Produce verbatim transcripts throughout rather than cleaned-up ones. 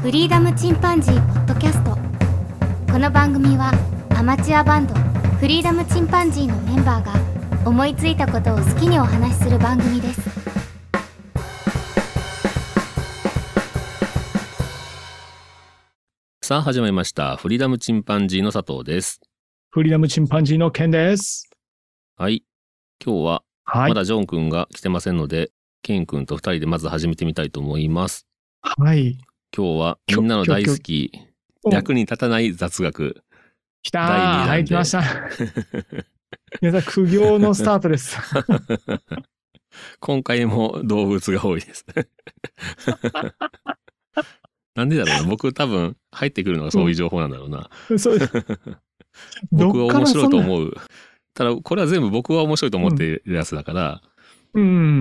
フリーダムチンパンジーポッドキャスト。この番組はアマチュアバンドフリーダムチンパンジーのメンバーが思いついたことを好きにお話しする番組です。 さあ始まりました。フリーダムチンパンジーの佐藤です。 フリーダムチンパンジーのケンです。 はい。今日はまだジョン君が来てませんので、はい、ケン君とふたりでまず始めてみたいと思います。 はい。 今日はみんなの大好き役に立たない雑学。 来たー。はい、来ました。皆さん苦行のスタートです。 今回も動物が多いです。なんでだろうな。僕多分入ってくるのがそういう情報なんだろうな。 うん、そうです。 僕は面白いと思う。ただこれは全部僕は面白いと思っているやつだから、 うん、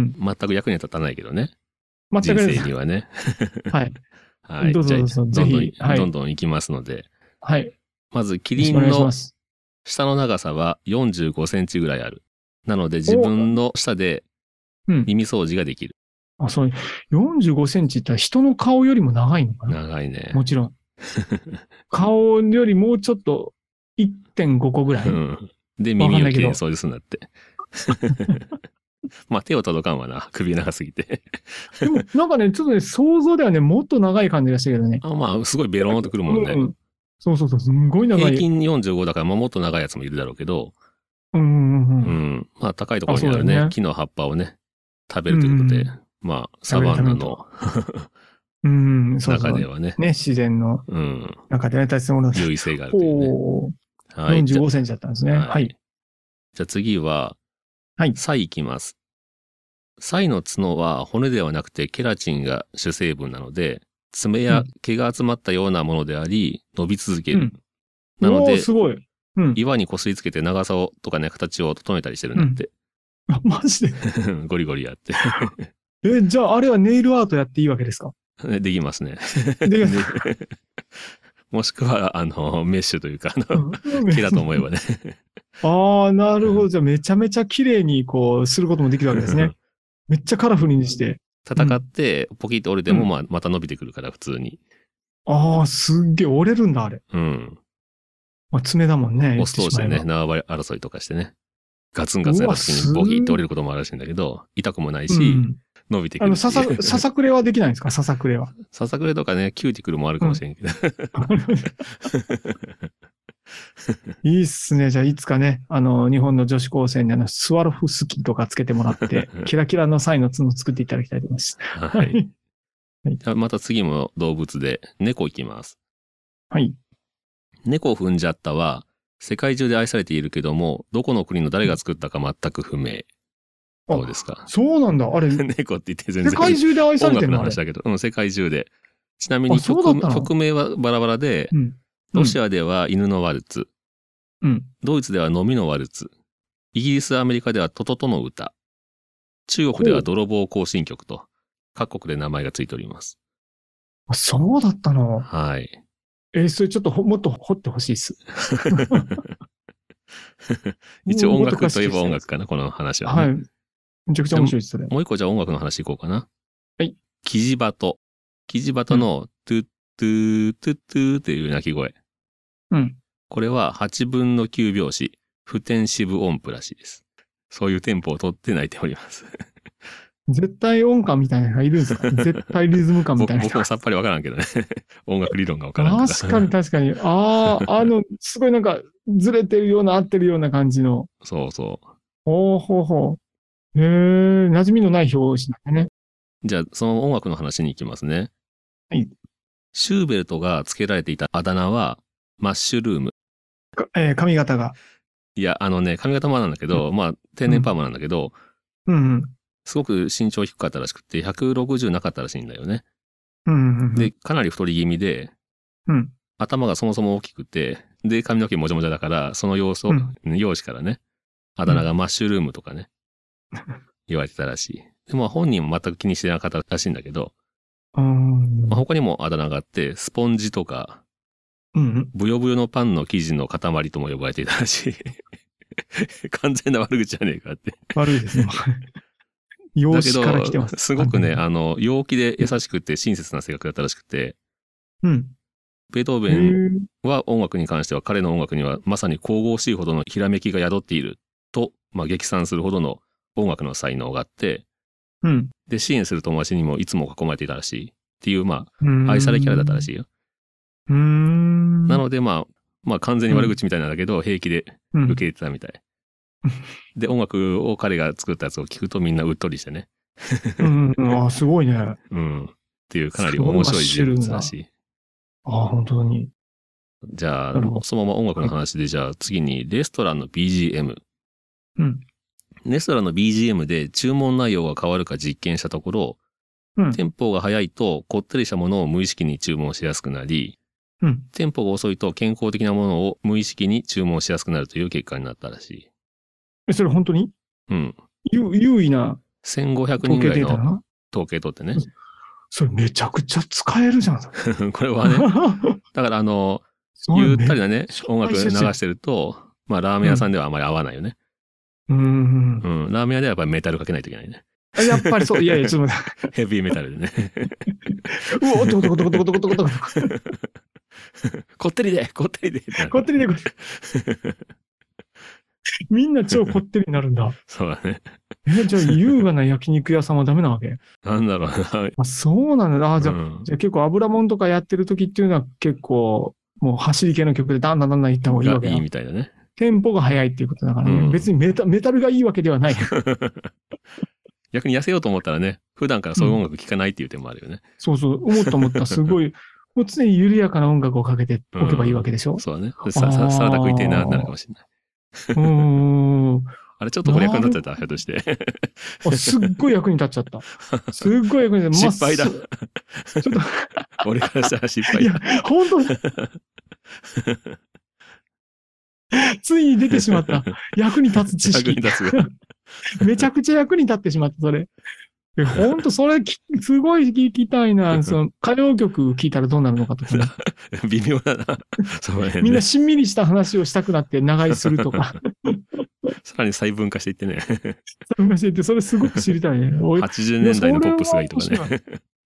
全く役には立たないけどね。 全く人生にはね。 はい。 はい。 どうぞどうぞ。 じゃあどんどん、はい、どんどんいきますので。 はい。 まずキリンの舌の長さはよんじゅうごセンチぐらいある。なので自分の舌で耳掃除ができる。 うん、あ、そう。よんじゅうごセンチって言ったら人の顔よりも長いのかな？ 長いね。 もちろん。顔よりもうちょっと いってんご 個ぐらい。うん、 で、耳をきれいに掃除するんだって。まあ手を届かんわな。首長すぎて。 でもなんかね、ちょっとね、想像ではね、もっと長い感じがしたけどね。 あ、まあ、すごいベローンとくるもんね。 うん、そうそうそう、すんごい長い。 平均よんじゅうごだから、まあ、もっと長いやつもいるだろうけど。 うんうんうん。 うん。まあ、高いところにあるね、ね木の葉っぱをね、食べるということで、うん、まあ、サバンナのうん、 中ではね。 ね、自然の中でね、大切なもの優位性があるというね。 はい。よんじゅうごセンチだったんですね。はい。はい、 じゃあ次は、 はい。 サイいきます。サイの角は骨ではなくてケラチンが主成分なので、爪や毛が集まったようなものであり、伸び続ける。うん、なので、 すごい。うん、 岩にこすりつけて長さをとかね、形を整えたりしてるんだって。 うん、あ、マジでゴリゴリやって。 え、じゃああれはネイルアートやっていいわけですか？ できますね。 できます。 もしくは、あの、メッシュというか、あの、木だと思えばね。 ああ、なるほど。じゃあめちゃめちゃ綺麗にこう、することもできるわけですね。めっちゃカラフルにして。 戦って、ポキッと折れても、まあ、また伸びてくるから、普通に。 ああ、すっげえ折れるんだ、あれ。 うん。 まあ、爪だもんね。 オス同士でね、縄張り争いとかしてね。ガツンガツンやった時にボキッと折れることもあるらしいんだけど、痛くもないし、うん、伸びてくるし。 あの、ささ、ささくれはできないんですか？ささくれは。 ささくれとかね、キューティクルもあるかもしれんけど。うん、 いいっすね。じゃあ、いつかね、あの、日本の女子高生にあの、スワロフスキーとかつけてもらって、キラキラのサイの角作っていただきたいと思います。 はい。はい、また次も動物で、猫いきます。 はい。 猫踏んじゃったは、世界中で愛されているけども、どこの国の誰が作ったか全く不明。どうですか？ そうなんだ。あれ。 猫って言って全然。 世界中で愛されてるの？ 音楽の話だけど、うん、世界中で。ちなみに曲、曲名はバラバラで、うんロシアでは犬のワルツ、 うん、 ドイツでは飲みのワルツ、イギリス、アメリカではトトトの歌、中国では泥棒行進曲と、各国で名前がついております。 あ、そうだったの？ はい。 えー、それちょっともっと掘ってほしいです。 一応音楽といえば音楽かな、この話は、 ね。はい。めちゃくちゃ面白いですね。 もう一個じゃあ音楽の話いこうかな。 はい。 キジバト。キジバトのトゥットゥートゥットゥーっていう鳴き声。 うん。 これははちぶんのきゅう拍子、不転四分音符らしいです。そういうテンポを取って鳴いております。 絶対音感みたいなのがいるんですか？絶対リズム感みたいな。 僕もさっぱりわからんけどね。音楽理論がわからんから。 確かに確かに。ああ、あの、すごいなんかずれてるような合ってるような感じの。 そうそう。 ほうほうほう。へえ、馴染みのない表紙なんだね。 じゃあ、その音楽の話に行きますね。 はい。 シューベルトが付けられていたあだ名は、マッシュルーム。 えー、髪型が。 いや、あのね、髪型もなんだけど、うん、まあ、天然パーマなんだけど、 うんうん、 すごく身長低かったらしくて、ひゃくろくじゅうなかったらしいんだよね。 うんうんうん、 で、かなり太り気味で、 うん、 頭がそもそも大きくて、で、髪の毛もじゃもじゃだから、その様子を、うん、容姿からね、あだ名がマッシュルームとかね、うん、言われてたらしい。でも本人も全く気にしてなかったらしいんだけど、 うんまあ、他にもあだ名があって、スポンジとか、 うん、 ブヨブヨのパンの生地の塊とも呼ばれていたらしい。完全な悪口じゃねえかって。 悪いですね。容姿から来てます。 すごくね、あの、陽気で優しくて親切な性格だったらしくて、 うん。 ベートーベンは音楽に関しては彼の音楽にはまさに神々しいほどのひらめきが宿っていると、まあ、激賛するほどの音楽の才能があって、 うん。 で、支援する友達にもいつも囲まれていたらしいっていう、まあ、愛されキャラだったらしいよ。 うーん。 なので、まあ、まあ完全に悪口みたいなんだけど、うん、平気で受け入れてたみたい。うん、で、音楽を彼が作ったやつを聞くとみんなうっとりしてね。 うん、ああ、すごいね。 うん。っていうかなり面白い人物だし。 ああ、本当に。 じゃあ、そのまま音楽の話で、じゃあ次にレストランの ビージーエム。 うん。 レストランの ビージーエム で注文内容が変わるか実験したところ、うん、テンポが速いとこってりしたものを無意識に注文しやすくなり、うん、テンポが遅いと健康的なものを無意識に注文しやすくなるという結果になったらしい。 え、それ本当に？うん。優位な。 せんごひゃくにんぐらいの統計取ってね。 それめちゃくちゃ使えるじゃん。 これはね。だからあの、ゆったりなね、音楽流してると、まあラーメン屋さんではあまり合わないよね。うん。うん。ラーメン屋ではやっぱりメタルかけないといけないね。 やっぱりそう。いやいや、ちょっと待って。ヘビーメタルでね。 うおっとこっとこっとこっとこっとこっとこっと。 こってりで、こってりで。 こってりで、こってり。みんな超こってりになるんだ。 そうだね。 え、じゃあ優雅な焼肉屋さんはダメなわけ？ なんだろうな。 あ、そうなんだ。あ、じゃあ、うん、じゃあ結構油もんとかやってる時っていうのは結構、もう走り系の曲でだんだんだんだん行った方がいいわけだ。 いいみたいだね。 テンポが速いっていうことだからね。うん、別にメタ、メタルがいいわけではない。 逆に痩せようと思ったらね、普段からそういう音楽聴かないっていう点もあるよね。うん、 そうそう、思った思った。すごい、もう常に緩やかな音楽をかけておけばいいわけでしょ、うん、 そうだね。さ、さ、サラダ食いてえな、なるかもしれない。うーん。あれちょっとこれ役に立ってた、ひょっとして。 すっごい役に立っちゃった。すっごい役に立った。失敗だ。ちょっと。俺からしたら失敗だ。 いや、本当だ。ついに出てしまった。役に立つ知識。役に立つ。めちゃくちゃ役に立ってしまった、それ。本当それすごい聞きたいな。その歌謡曲聞いたらどうなるのかとか、ね。 微妙だな。 そうね。みんなしんみりした話をしたくなって長居するとか。 さらに細分化していってね。 細分化していって、それすごく知りたいね。 はちじゅうねんだいのポップスがいいとかね。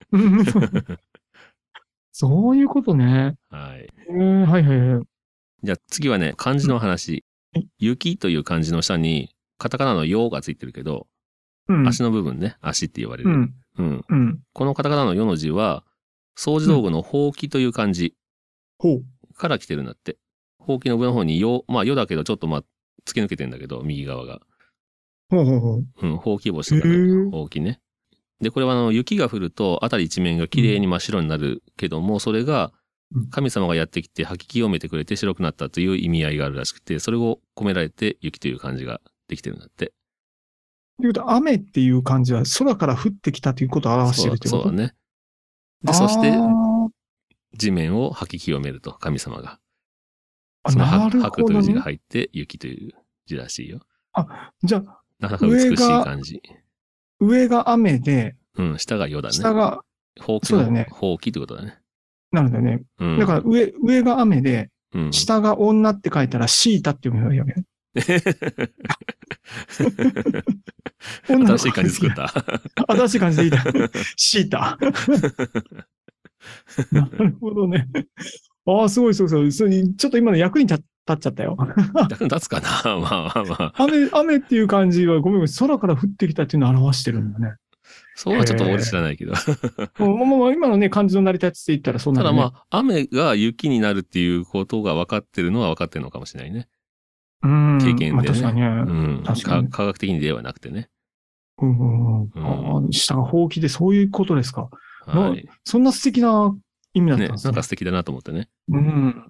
そういうことね。 はい。 えー、はいはいはい。 じゃあ次はね、漢字の話。うん、雪という漢字の下に、カタカナのよがついてるけど、うん、足の部分ね、足って言われる。うんうんうん、このカタカナのよの字は、掃除道具のほうきという漢字から来てるんだって。ほうきの上の方によ、まあよだけどちょっとまあ突き抜けてんだけど、右側が。 ほうほうほう。 うん、ほうき星とかね、ほうきね。で、これはあの雪が降ると辺り一面が綺麗に真っ白になるけども、うん、それが神様がやってきて吐き清めてくれて白くなったという意味合いがあるらしくて、それを込められて雪という漢字ができてるんだって。 というと、雨っていう漢字は空から降ってきたということを表しているってこと？ そうだね。で、そして、地面を吐き清めると、神様が。 あ、なるほど、ね。 吐くという字が入って、雪という字らしいよ。 あ、じゃあ、 なかなか美しい漢字。 上が雨で、 うん、下が夜だね。 下が、 ほうきの、ね、ほうきってことだね。 なるほどね。うん、だから上、上が雨で、うん、下が女って書いたらシータって読めばいいわけね。 新しい感じ作った。 新しい感じでいいだ。シータ。なるほどね。ああ、すごいすごいすごい。ちょっと今の役に立っちゃったよ。 役に立つかなまあまあ。 雨、雨っていう感じは、ごめんごめん、空から降ってきたっていうのを表してるんだね。 そうはちょっと俺知らないけど。 もうもう今のね、漢字の成り立ちって言ったらそうなんだ、ね。 ただまあ、雨が雪になるっていうことが分かってるのは分かってるのかもしれないね。 うん。 経験でね。 まあ、確かにね。 うん。 確かに。 科学的にではなくてね。 うんうんうん。ああ、下がほうきでそういうことですか。はい。そんな素敵な意味だったんですね。 ね、なんか素敵だなと思ってね。 うん。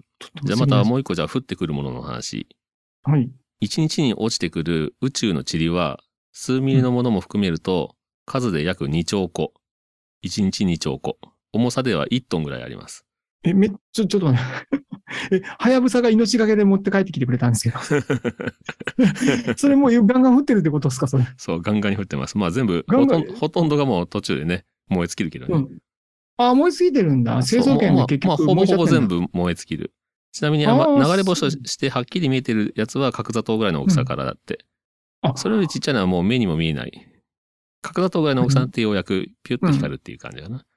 じゃあまたもう一個じゃあ降ってくるものの話。 はい。 一日に落ちてくる宇宙の塵は、数ミリのものも含めると、数で約にちょう個。一日にちょう個。重さではいちトンぐらいあります。 え、めっちゃ、ちょっと待って。え、はやぶさが命がけで持って帰ってきてくれたんですけど。それもうガンガン降ってるってことですか、それ。 そう、ガンガンに降ってます。まあ全部、ほとんど、ほとんどがもう途中でね、燃え尽きるけどね。うん、 ああ、燃え尽きてるんだ。製造権で結局燃えちゃってんだ。まあ、まあ、ほぼほぼ全部燃え尽きる。ちなみに、あ流れ星としてはっきり見えてるやつは角砂糖ぐらいの大きさからだって。うん、あそれよりちっちゃいのはもう目にも見えない。角砂糖ぐらいの大きさってようやくピュッと光るっていう感じかな。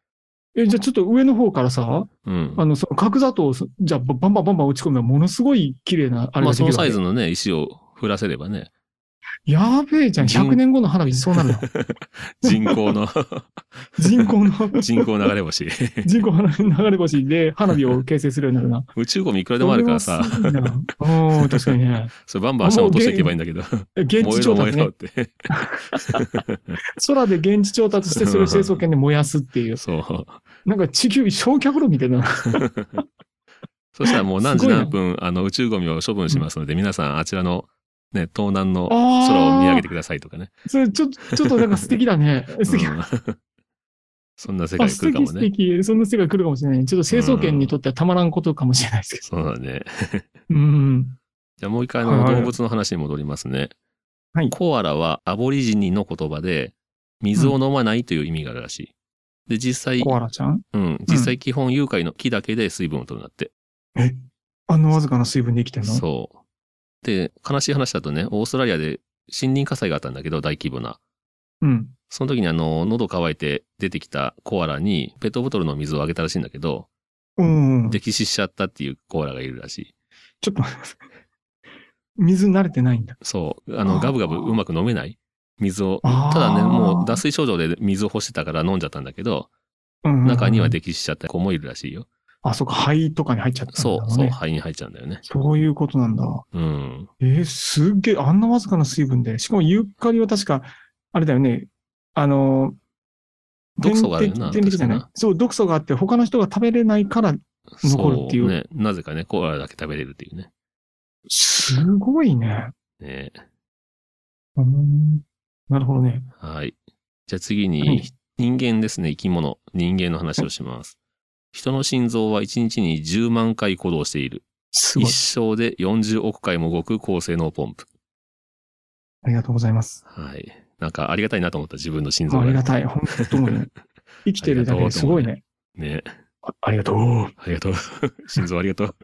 え、じゃあちょっと上の方からさ、 うん。 あの、その角砂糖をそ、じゃあバンバンバンバン打ち込めばものすごい綺麗な、あれまあそのができるわけ。 サイズのね、石を降らせればね、 やべえじゃん。ひゃくねんごの花火そうなるの。 人工の、 人工の、 人工流れ星。 人工花火流れ星で花火を形成するようになるな。 宇宙ゴミいくらでもあるからさ、 それはすごいな。うん、確かにね。 それバンバン下落としていけばいいんだけど、 現地調達ね燃えろ燃えろっ。て。 空で現地調達して、それを成層圏で燃やすっていう。 そう。 なんか地球焼却炉みたいな。 そしたらもう何時すごいな何分、あの宇宙ゴミを処分しますので、皆さんあちらのね、東南のあー空を見上げてくださいとかね。 それちょ、ちょっとなんか素敵だね。素敵。 うんそんな世界あ、 来素敵素るかもね。 敵。そんな世界来るかもしれない。ちょっと成層圏にとってはたまらんことかもしれないですけそうだね。 ど。うん。 じゃあもう一回あのはい動物の話に戻りますね。 はいコアラはアボリジニの言葉で、水を飲まないという意味があるらしい。で、実際、 コアラちゃんうん、実際基本有海の木だけで水分を取るんだって。 えあのわずかな水分で生きてんのそう。で、悲しい話だとね、オーストラリアで森林火災があったんだけど、大規模な。 うん。 その時にあの、喉乾いて出てきたコアラにペットボトルの水をあげたらしいんだけど、 うん。 溺死しちゃったっていうコアラがいるらしい。 ちょっと待ってください。水慣れてないんだ。 そう。あの、 あーガブガブうまく飲めない水を。 あーただね、もう脱水症状で水を欲してたから飲んじゃったんだけど、 うん。 中には溺死しちゃった子もいるらしいよ。 あ、そうか、肺とかに入っちゃったんだろそう、そう、 ね。 肺に入っちゃうんだよね。 そういうことなんだ。 うん。 えー、すっげえ、あんなわずかな水分で。しかもユーカリは確か、あれだよね。あの、 毒素があるよな天敵じゃない確かなそう、毒素があって、他の人が食べれないから残るっていう。 そうね。なぜかね、コアラだけ食べれるっていうね。 すごいね。 ねうんなるほどね。 はい。じゃあ次はにい、 人間ですね、生き物。人間の話をします。人の心臓はいちにちにじゅうまんかい鼓動している。 すごい一。生でよんじゅうおくかいも動く高性能ポンプ。 ありがとうございます。 はい。なんかありがたいなと思った自分の心臓が。 ありがたい。本当にね。生きてるだけですごいね。 ね。 あありがとう。 ありがとう。心臓ありがとう。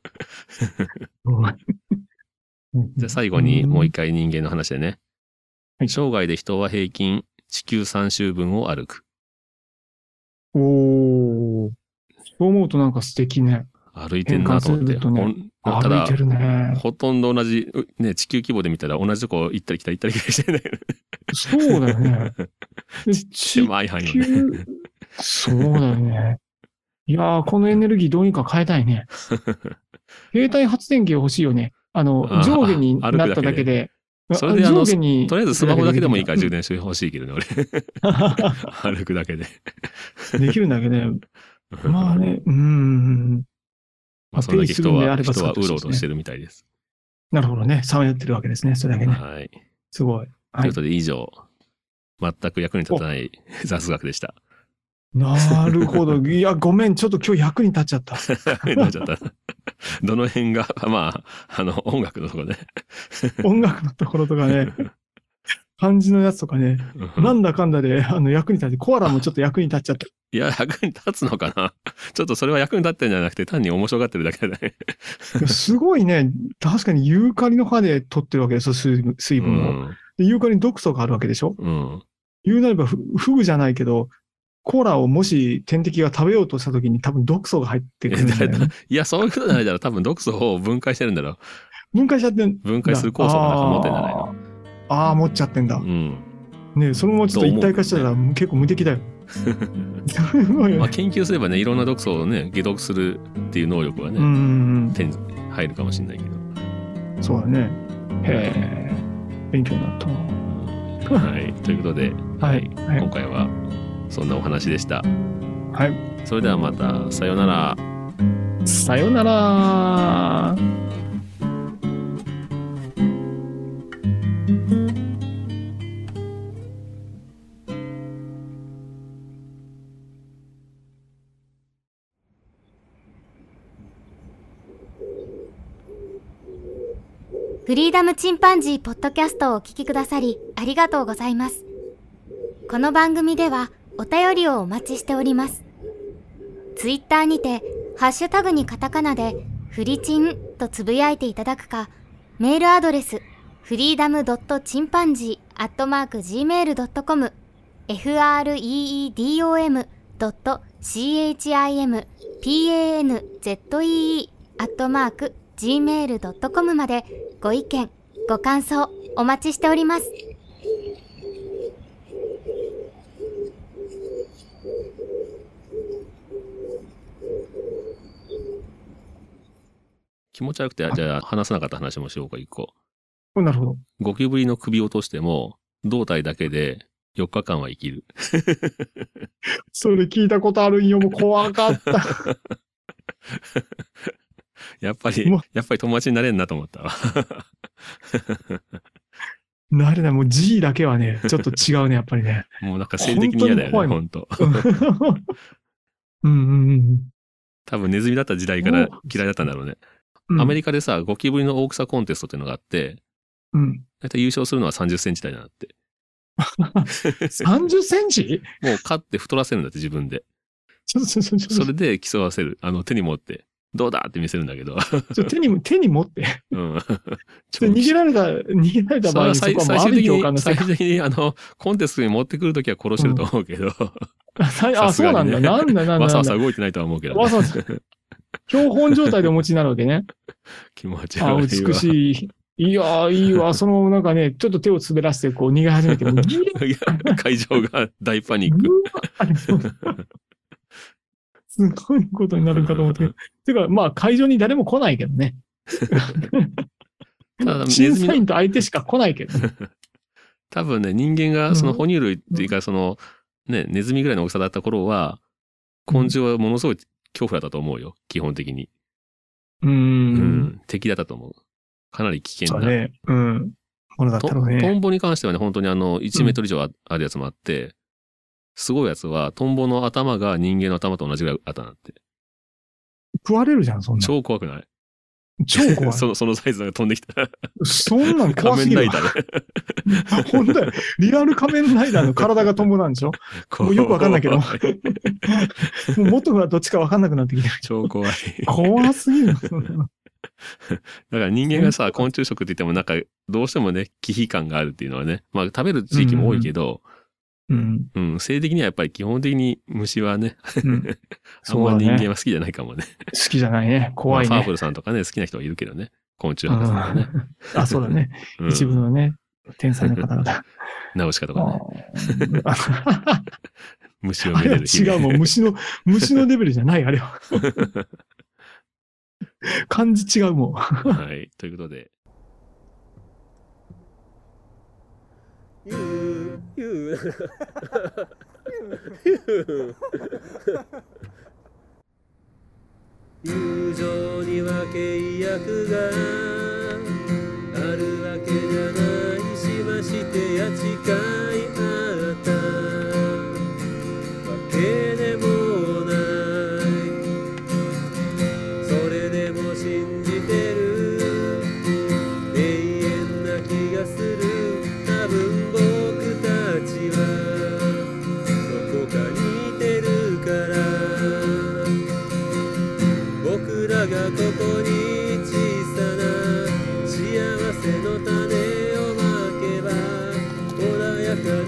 うんじゃあ最後にもう一回人間の話でね。 はい生涯で人は平均地球さん周分を歩く。 おー。そう思うとなんか素敵ね。 歩いてんなと思って。 変換するとねほんただ歩いてるね。 ほとんど同じ、うね、地球規模で見たら同じとこ行ったり来たり行ったり来たりしてね。 そうだよね。で地狭い範囲をね。 球、そうだよね。いやー、このエネルギーどうにか変えたいね。携帯発電機欲しいよね。あのあ、ー上下になっただけで。 それであの上下に。 とりあえずスマホだけでもいいから充で電してほしいけどね、俺。歩くだけで。 きるんだけどね。まあね、うーん。 まあそんだけ人は、 ペイするんであれば人はう使ってほしいですねろうろしてるみたいです。 なるほどね。さまよってるわけですね。それだけね。 はい。 すごい。 とはいいうこ。とで以上、全く役に立たない雑学でした。 なるほど。いや、ごめん。ちょっと今日役に立っちゃった。 なっちゃった。どの辺が、まあ、あの、音楽のとこね。 音楽のところとかね。漢字のやつとかね。なんだかんだで、あの、役に立って、コアラもちょっと役に立っちゃった。 いや、役に立つのかなちょっとそれは役に立ってるんじゃなくて、単に面白がってるだけだね。 いやすごいね。確かにユーカリの葉で取ってるわけですよ、水分水う分を。 ん。 でユーカリに毒素があるわけでしょうん。 言うなればフ、フグじゃないけど、コーラをもし天敵が食べようとした時に多分毒素が入ってくるんだよね。 いや、そういうことじゃないだろう。多分毒素を分解してるんだろう。 分解しちゃってんだ。 分解する酵素がなんか持ってんじゃないの。 あーあー、持っちゃってんだう。ん。 ねそのままちょっと一体化したら結構無敵だよ。すごいよまあ、 ね。 研究すればね、いろんな毒素をね、解毒するっていう能力はね、 うんうん手に入るかもしれないけど。 うん。そうだね。へえ。勉強になった。 はい。ということで、 はい。はい今。回はそんなお話でした。 はい。 それではまた、さようなら。 さよなら。 フリーダムチンパンジーポッドキャストをお聞きくださりありがとうございます。この番組ではお便りをお待ちしております。ツイッターにてハッシュタグにカタカナでフリチンとつぶやいていただくか、メールアドレスフリーダムドットチンパンジーアットマークジーメールドットコム フリーダムドット chimpanzee アットマーク ジーメールドットコム までご意見、ご感想お待ちしております。 気持ち悪くて、じゃあ話さなかった話もしようか、一個。 なるほど。 ゴキブリの首を落としても、胴体だけでよっかかんは生きる。 それ聞いたことあるんよ。もう怖かった。 やっぱり、やっぱり友達になれんなと思ったわ。 なれない。もう G だけはね、ちょっと違うね、やっぱりね。 もうなんか生理的に嫌だよね、ほんと。 うんうんうん。 多分ネズミだった時代から嫌いだったんだろうね。アメリカでさ、ゴキブリの大きさコンテストっていうのがあって、うん。だいたい優勝するのはさんじゅっセンチ台なんだって。 さんじゅっセンチ？ もう勝って太らせるんだって自分で。 それで競わせる。あの手に持って、どうだって見せるんだけど。 ちょ手に、手に持って。うん。逃げられた、逃げられた場合にそこはもうある教官の最終的に、あの、コンテストに持ってくるときは殺してると思うけど。うん、 あ、そうなんだ。なんだなんだ。 わさわさ動いてないとは思うけど、ね。 わさわさ。標本状態でお持ちになるわけね。 気持ち悪いわ。 あ、美しい。いやー、いいわ。その、なんかね、ちょっと手を滑らせて、こう、逃げ始めて、もう、 会場が大パニック。 すごいことになるかと思って。てか、まあ、会場に誰も来ないけどね。審査員と相手しか来ないけど、ね。 多分ね、人間が、その哺乳類っていうか、その、ね、ネズミぐらいの大きさだった頃は、昆虫はものすごい恐怖だったと思うよ。基本的に。 うーん。うん。 敵だったと思う。かなり危険な。 そうね。うん。ものだったろうね。 トンボに関してはね、本当にあの、いちメートル以上あるやつもあって、うん、すごいやつは、トンボの頭が人間の頭と同じぐらいあったなって。 食われるじゃん、そんな。 超怖くない？ 超怖い。 その、そのサイズが飛んできた。 そんなん怖すぎる。 仮面ライダー。本当だよ。リアル仮面ライダーの体がトンボなんでしょ？もうよくわかんないけど。もう元がどっちかわかんなくなってきてる。 超怖い。 怖すぎる。 だから人間がさ、昆虫食って言ってもなんか、どうしてもね、忌避感があるっていうのはね、まあ食べる地域も多いけど、うん。うん。性的にはやっぱり基本的に虫はね、うん、あんま人間は好きじゃないかもね。 好きじゃないね。怖いね。 まあ、ファーブルさんとかね、好きな人はいるけどね。昆虫博士とかね。 あ、そうだね。うん、一部のね、天才の方々。 ナウシカとかね。虫をめでる。 違う、もう虫の、虫のレベルじゃない、あれは。漢字違うもん。 はい。ということで。ゆう、ゆう。友情には契約があるわけじゃないし、ましてや誓いあったわけでもない。それでも信じてる永遠な気がする。多分僕たちはどこかに似てるから、僕らがここに小さな幸せの種をまけば穏やかな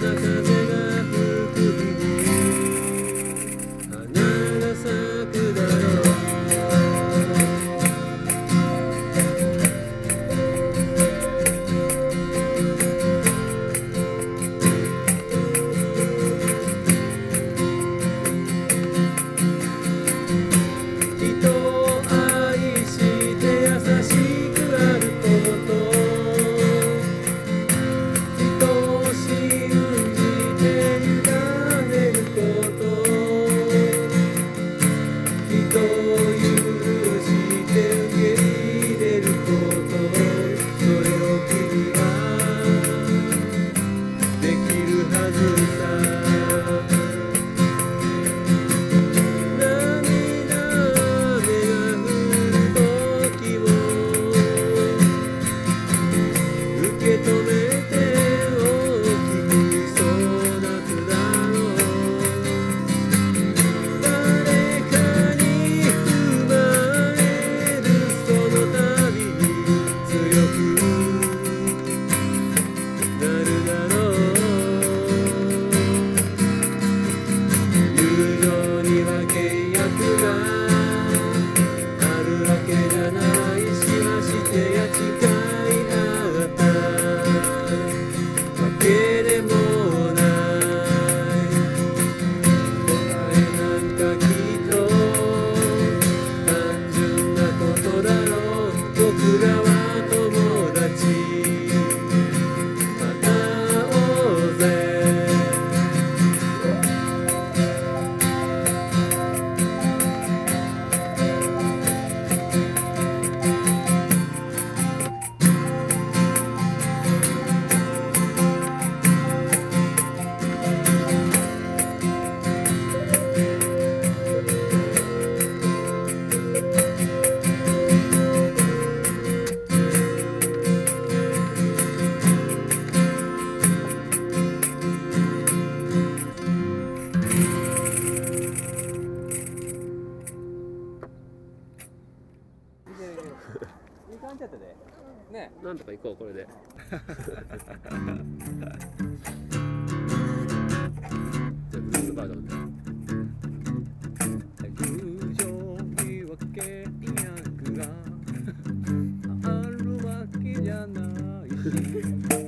感じやったで。ね。 なんとか行こうこれで。じゃあブルースバードで。友情に分け役があるわけじゃないし。